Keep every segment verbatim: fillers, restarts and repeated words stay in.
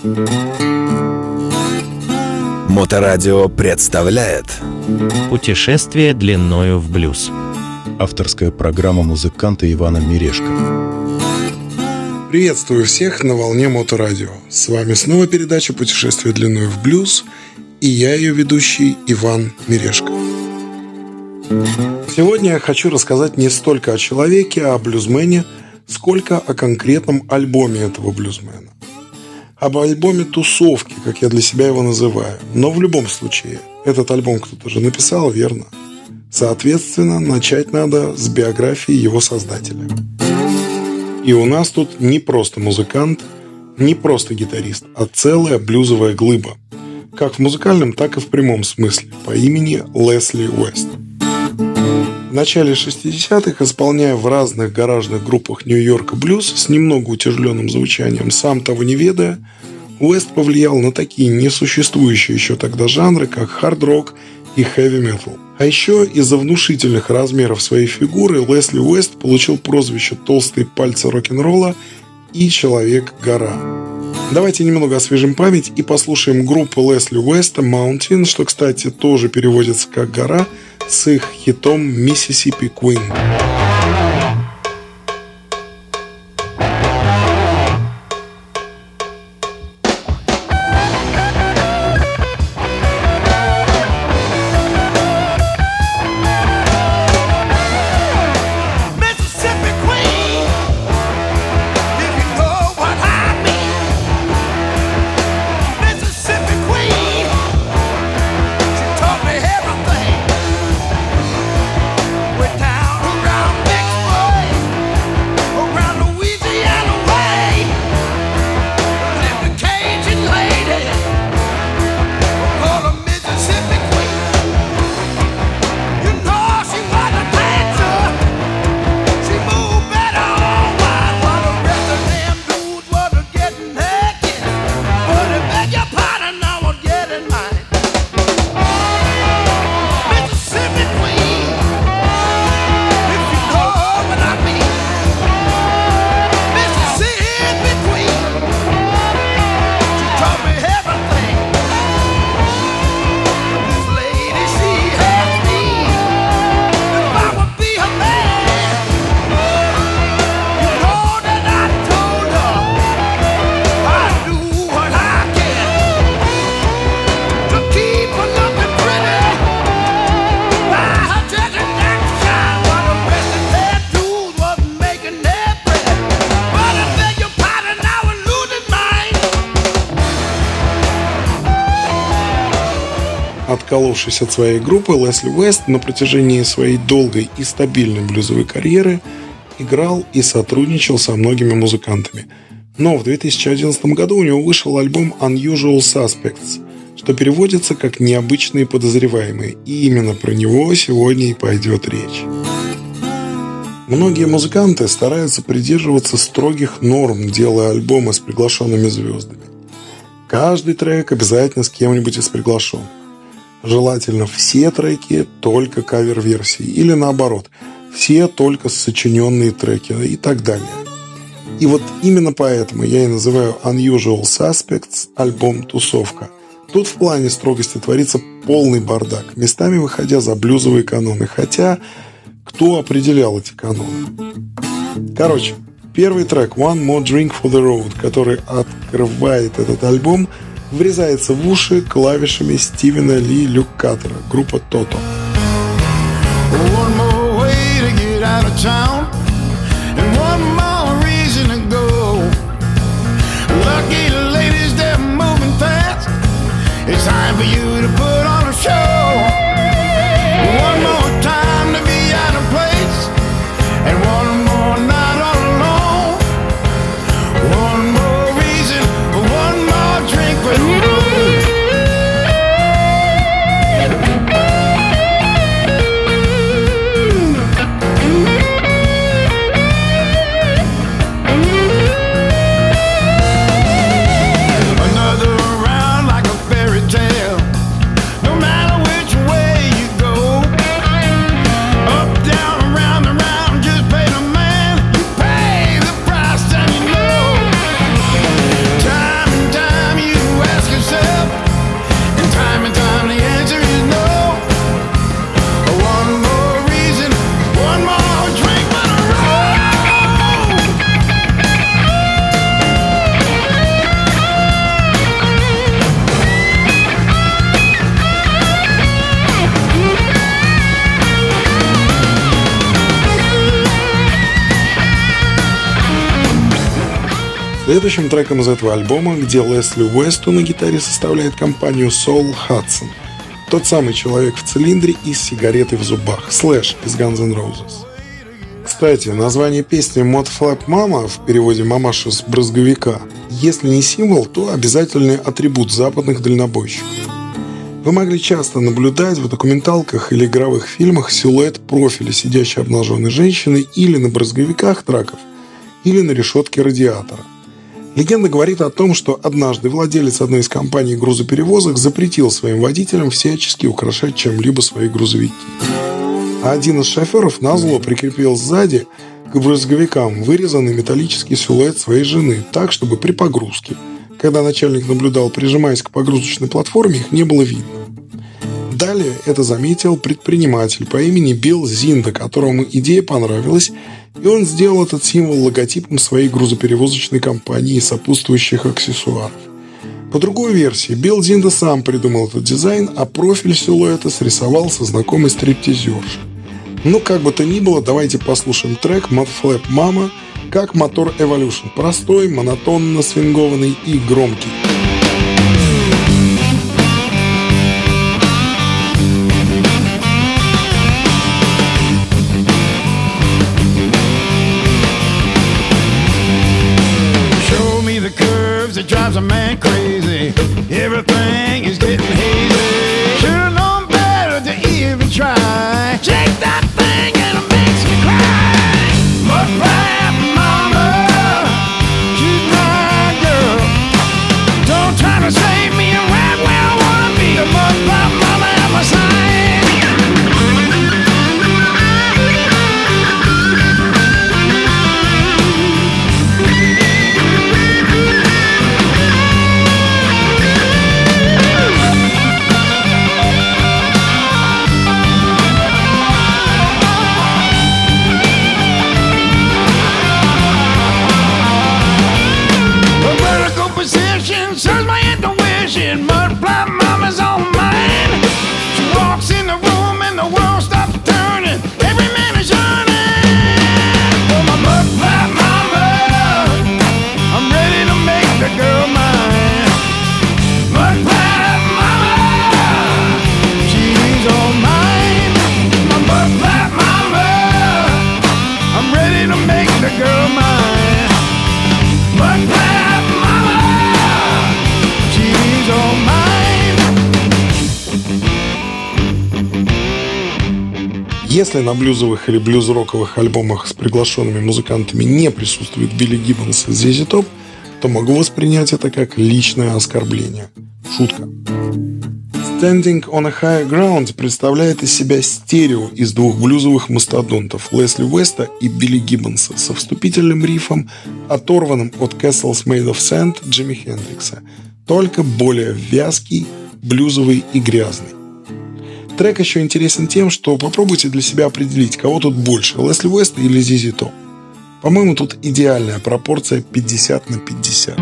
Моторадио представляет «Путешествие длиною в блюз». Авторская программа музыканта Ивана Мирешко. Приветствую всех на волне Моторадио. С вами снова передача «Путешествие длиною в блюз», и я ее ведущий Иван Мирешко. Сегодня я хочу рассказать не столько о человеке, а о блюзмене, сколько о конкретном альбоме этого блюзмена. Об альбоме «Тусовки», как я для себя его называю. Но в любом случае, этот альбом кто-то же написал, верно? Соответственно, начать надо с биографии его создателя. И у нас тут не просто музыкант, не просто гитарист, а целая блюзовая глыба. Как в музыкальном, так и в прямом смысле, по имени Лесли Уэст. В начале шестидесятых, исполняя в разных гаражных группах Нью-Йорка блюз с немного утяжеленным звучанием, сам того не ведая, Уэст повлиял на такие несуществующие еще тогда жанры, как хард-рок и хэви-метал. А еще из-за внушительных размеров своей фигуры Лесли Уэст получил прозвище «Толстые пальцы рок-н-ролла» и «Человек-гора». Давайте немного освежим память и послушаем группу Лесли Уэста «Mountain», что, кстати, тоже переводится как «гора», с их хитом «Mississippi Queen». Отколовшись от своей группы, Лесли Уэст на протяжении своей долгой и стабильной блюзовой карьеры играл и сотрудничал со многими музыкантами. Но в две тысячи одиннадцатом году у него вышел альбом Unusual Suspects, что переводится как «Необычные подозреваемые», и именно про него сегодня и пойдет речь. Многие музыканты стараются придерживаться строгих норм, делая альбомы с приглашенными звездами. Каждый трек обязательно с кем-нибудь из приглашенных. Желательно все треки только кавер-версии или наоборот, все только сочиненные треки и так далее. И вот именно поэтому я и называю Unusual Suspects альбом «Тусовка». Тут в плане строгости творится полный бардак, местами выходя за блюзовые каноны, хотя кто определял эти каноны? Короче, первый трек «One More Drink for the Road», который открывает этот альбом, врезается в уши клавишами Стивена Ли Люкатера, группа Toto. Следующим треком из этого альбома, где Лесли Уэсту на гитаре составляет компанию Сол Хадсон, тот самый человек в цилиндре и с сигаретой в зубах, Слэш из Guns N' Roses. Кстати, название песни «Mud Flap Mama» в переводе «мамаша с брызговика» если не символ, то обязательный атрибут западных дальнобойщиков. Вы могли часто наблюдать в документалках или игровых фильмах силуэт профиля сидящей обнаженной женщины или на брызговиках траков, или на решетке радиатора. Легенда говорит о том, что однажды владелец одной из компаний грузоперевозок запретил своим водителям всячески украшать чем-либо свои грузовики. А один из шоферов назло прикрепил сзади к брызговикам вырезанный металлический силуэт своей жены, так, чтобы при погрузке, когда начальник наблюдал, прижимаясь к погрузочной платформе, их не было видно. Далее это заметил предприниматель по имени Билл Зинда, которому идея понравилась, и он сделал этот символ логотипом своей грузоперевозочной компании и сопутствующих аксессуаров. По другой версии, Билл Зинда сам придумал этот дизайн, а профиль силуэта срисовал со знакомой стриптизершей. Ну, как бы то ни было, давайте послушаем трек «Mud Flap Mama» как мотор Evolution. Простой, монотонно свингованный и громкий. It drives a man crazy. Everything is getting hazy. Should've known better to even try. Take that thing and it makes me cry. Mud flap mama, she's my girl. Don't try to save me right where I wanna be. The mud flap mama at my side. Serves my intuition. Mud flap mama's on mine. She walks in the room and the world stops turning. Every man is yearning for my mud flap mama. I'm ready to make the girl mine. Mud flap mama, she's all mine. My mud flap mama, I'm ready to make the girl mine. Mud flap mama, she's all mine. Если на блюзовых или блюз-роковых альбомах с приглашенными музыкантами не присутствует Билли Гиббонс и зет зет Top, то могу воспринять это как личное оскорбление. Шутка. Standing on a Higher Ground представляет из себя стерео из двух блюзовых мастодонтов Лесли Уэста и Билли Гиббонса со вступительным рифом, оторванным от Castles Made of Sand Джимми Хендрикса, только более вязкий, блюзовый и грязный. Трек еще интересен тем, что попробуйте для себя определить, кого тут больше, Лесли Уэста или зет зет Top. По-моему, тут идеальная пропорция пятьдесят на пятьдесят.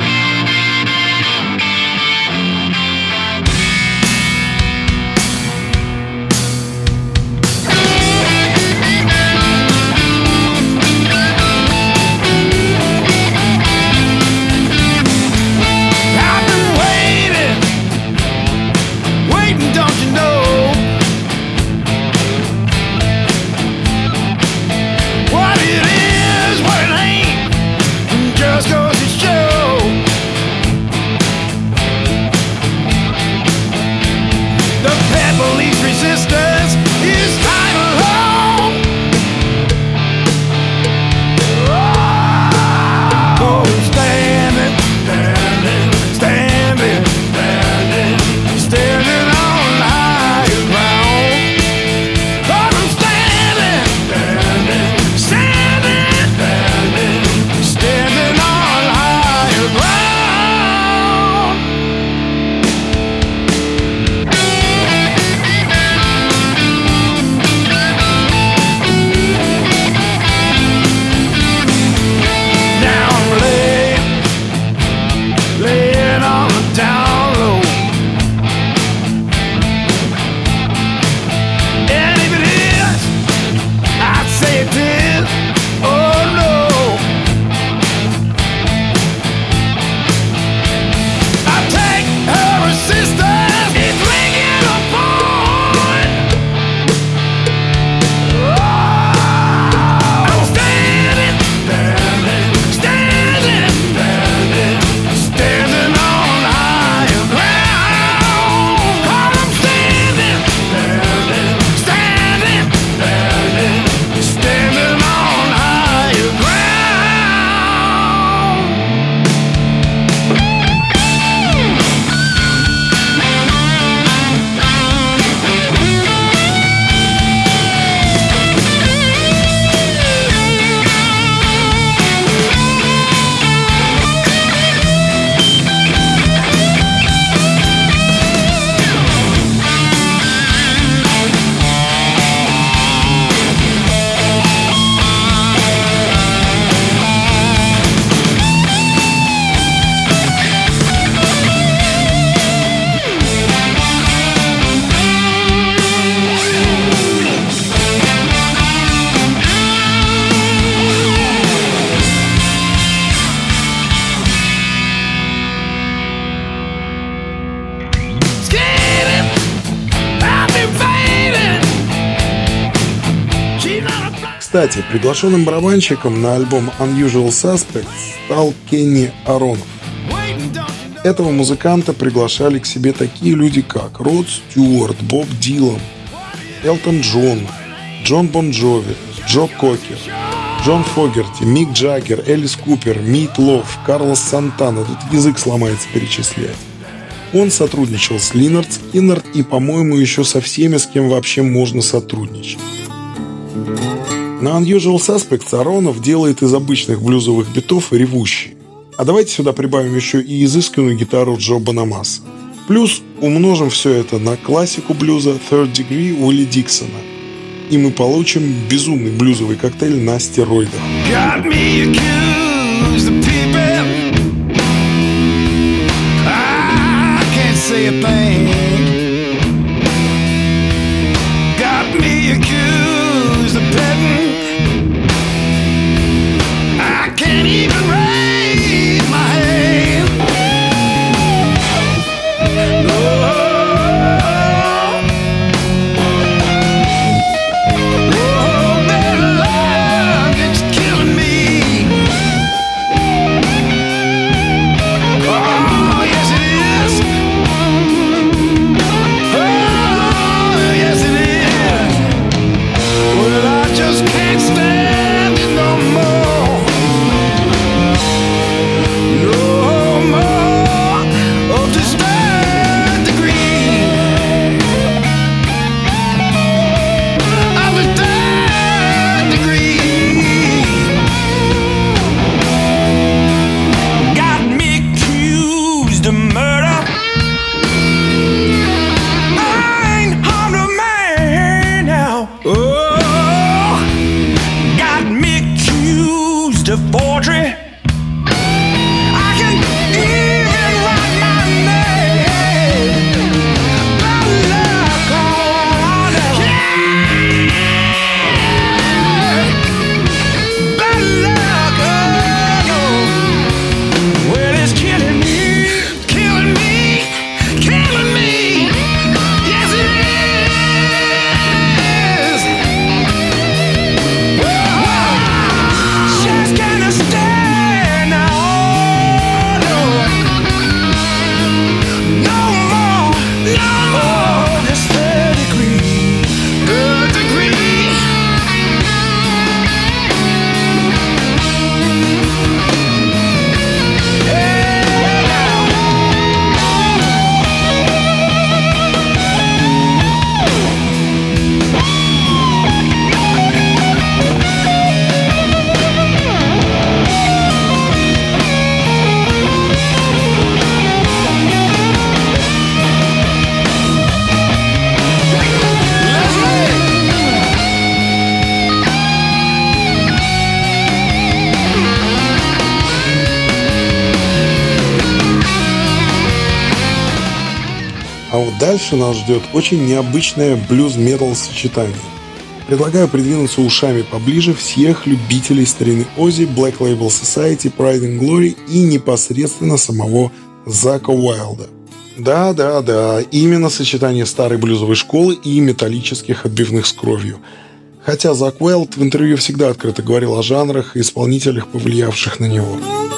Кстати, приглашенным барабанщиком на альбом Unusual Suspects стал Кенни Аронов. Этого музыканта приглашали к себе такие люди, как Род Стюарт, Боб Дилан, Элтон Джон, Джон Бон Джови, Джо Кокер, Джон Фогерти, Мик Джаггер, Элис Купер, Мит Лов, Карлос Сантана. Тут язык сломается перечислять. Он сотрудничал с Линард Скиннерд и, по-моему, еще со всеми, с кем вообще можно сотрудничать. На Unusual Suspects Аронов делает из обычных блюзовых битов ревущие. А давайте сюда прибавим еще и изысканную гитару Джо Бонамасса. Плюс умножим все это на классику блюза Third Degree Уилли Диксона. И мы получим безумный блюзовый коктейль на стероидах. А вот дальше нас ждет очень необычное блюз-метал сочетание. Предлагаю придвинуться ушами поближе всех любителей старины Оззи, Black Label Society, Pride and Glory и непосредственно самого Закка Уайлда. Да-да-да, именно сочетание старой блюзовой школы и металлических отбивных с кровью. Хотя Закк Уайлд в интервью всегда открыто говорил о жанрах и исполнителях, повлиявших на него.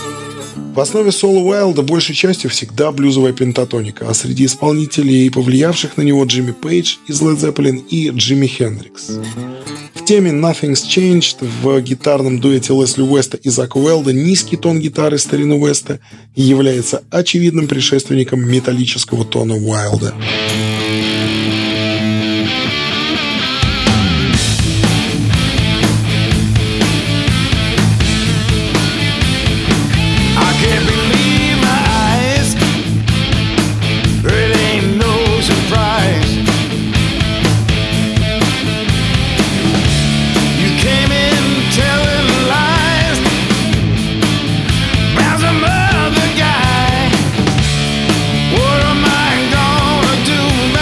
В основе соло Уайлда большей частью всегда блюзовая пентатоника, а среди исполнителей, повлиявших на него, Джимми Пейдж из Led Zeppelin и Джимми Хендрикс. В теме Nothing's Changed в гитарном дуэте Лесли Уэста и Закка Уайлда низкий тон гитары старины Уэста является очевидным предшественником металлического тона Уайлда. What am I gonna do?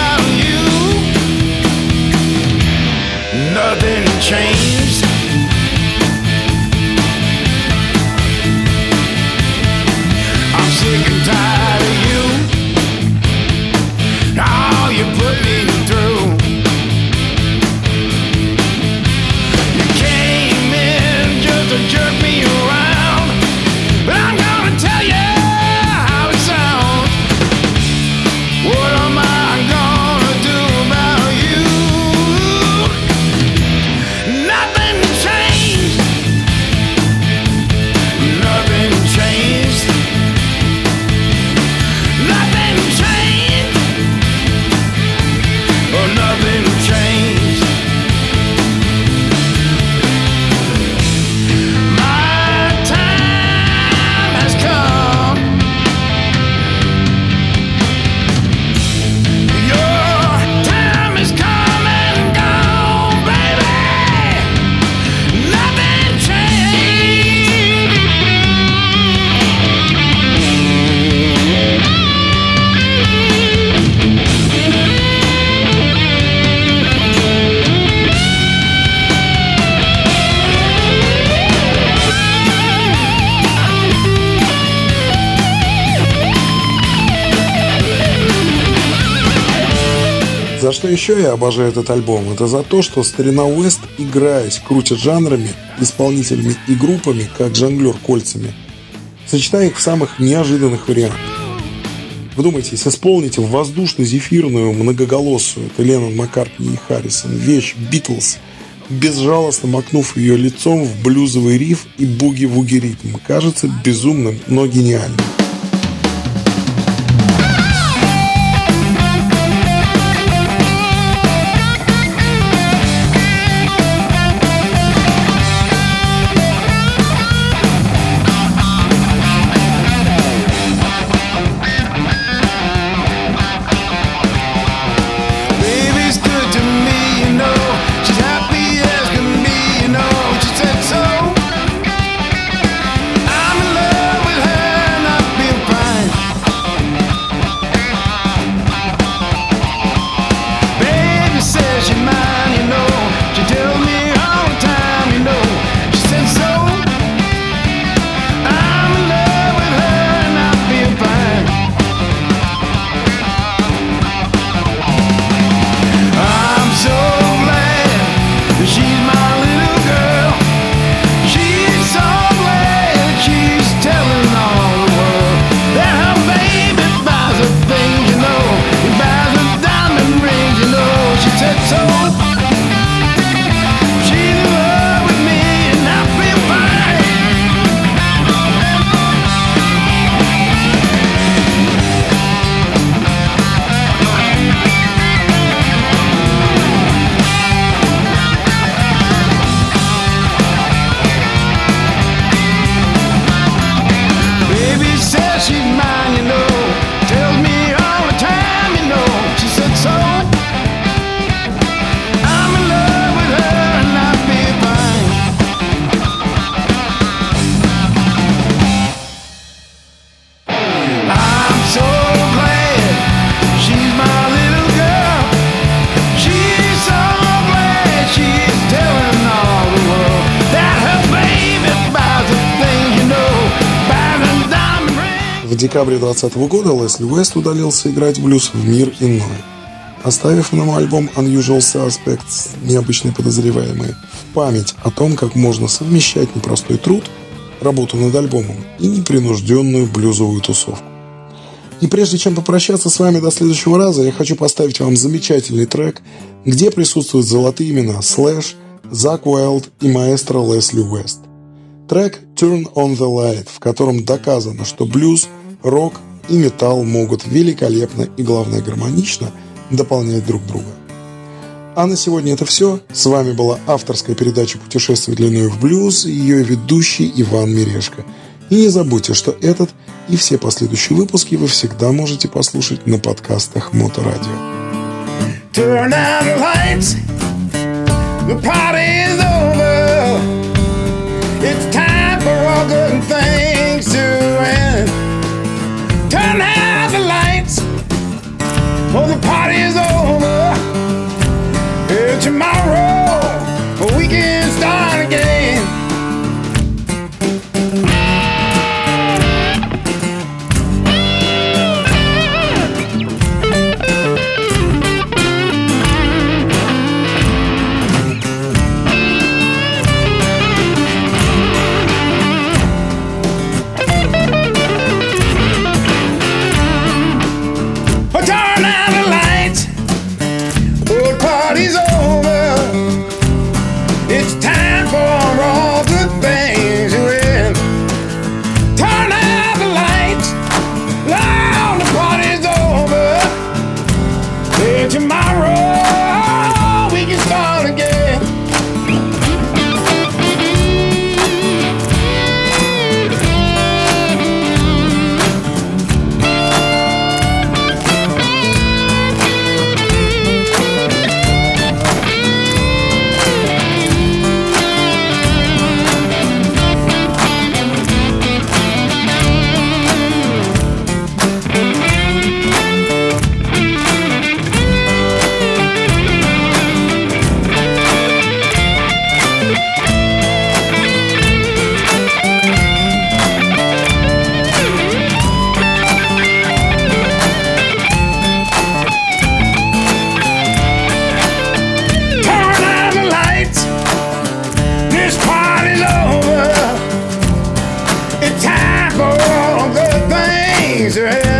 За что еще я обожаю этот альбом? Это за то, что старина Уэст, играясь, крутит жанрами, исполнителями и группами, как жонглер кольцами, сочетая их в самых неожиданных вариантах. Вдумайтесь, исполните в воздушно-зефирную многоголосую, это Леннон, Маккартни и Харрисон, вещь Битлз, безжалостно макнув ее лицом в блюзовый риф и буги-вуги ритм. Кажется безумным, но гениальным. В декабре двадцатого года Лесли Уэст удалился играть в блюз в мир иной, оставив нам альбом Unusual Suspects, необычные подозреваемые, в память о том, как можно совмещать непростой труд, работу над альбомом и непринужденную блюзовую тусовку. И прежде чем попрощаться с вами до следующего раза, я хочу поставить вам замечательный трек, где присутствуют золотые имена Slash, Зак Уайлд и маэстро Лесли Уэст. Трек «Turn on the Light», в котором доказано, что блюз, рок и металл могут великолепно и, главное, гармонично дополнять друг друга. А на сегодня это все. С вами была авторская передача «Путешествие длиною в блюз» и ее ведущий Иван Мирешко. И не забудьте, что этот и все последующие выпуски вы всегда можете послушать на подкастах Моторадио. Turn out the lights, the party's over. It's time for all good things to end. Turn out the lights, oh, the party's over. Hey, tomorrow we can start again. raise her head.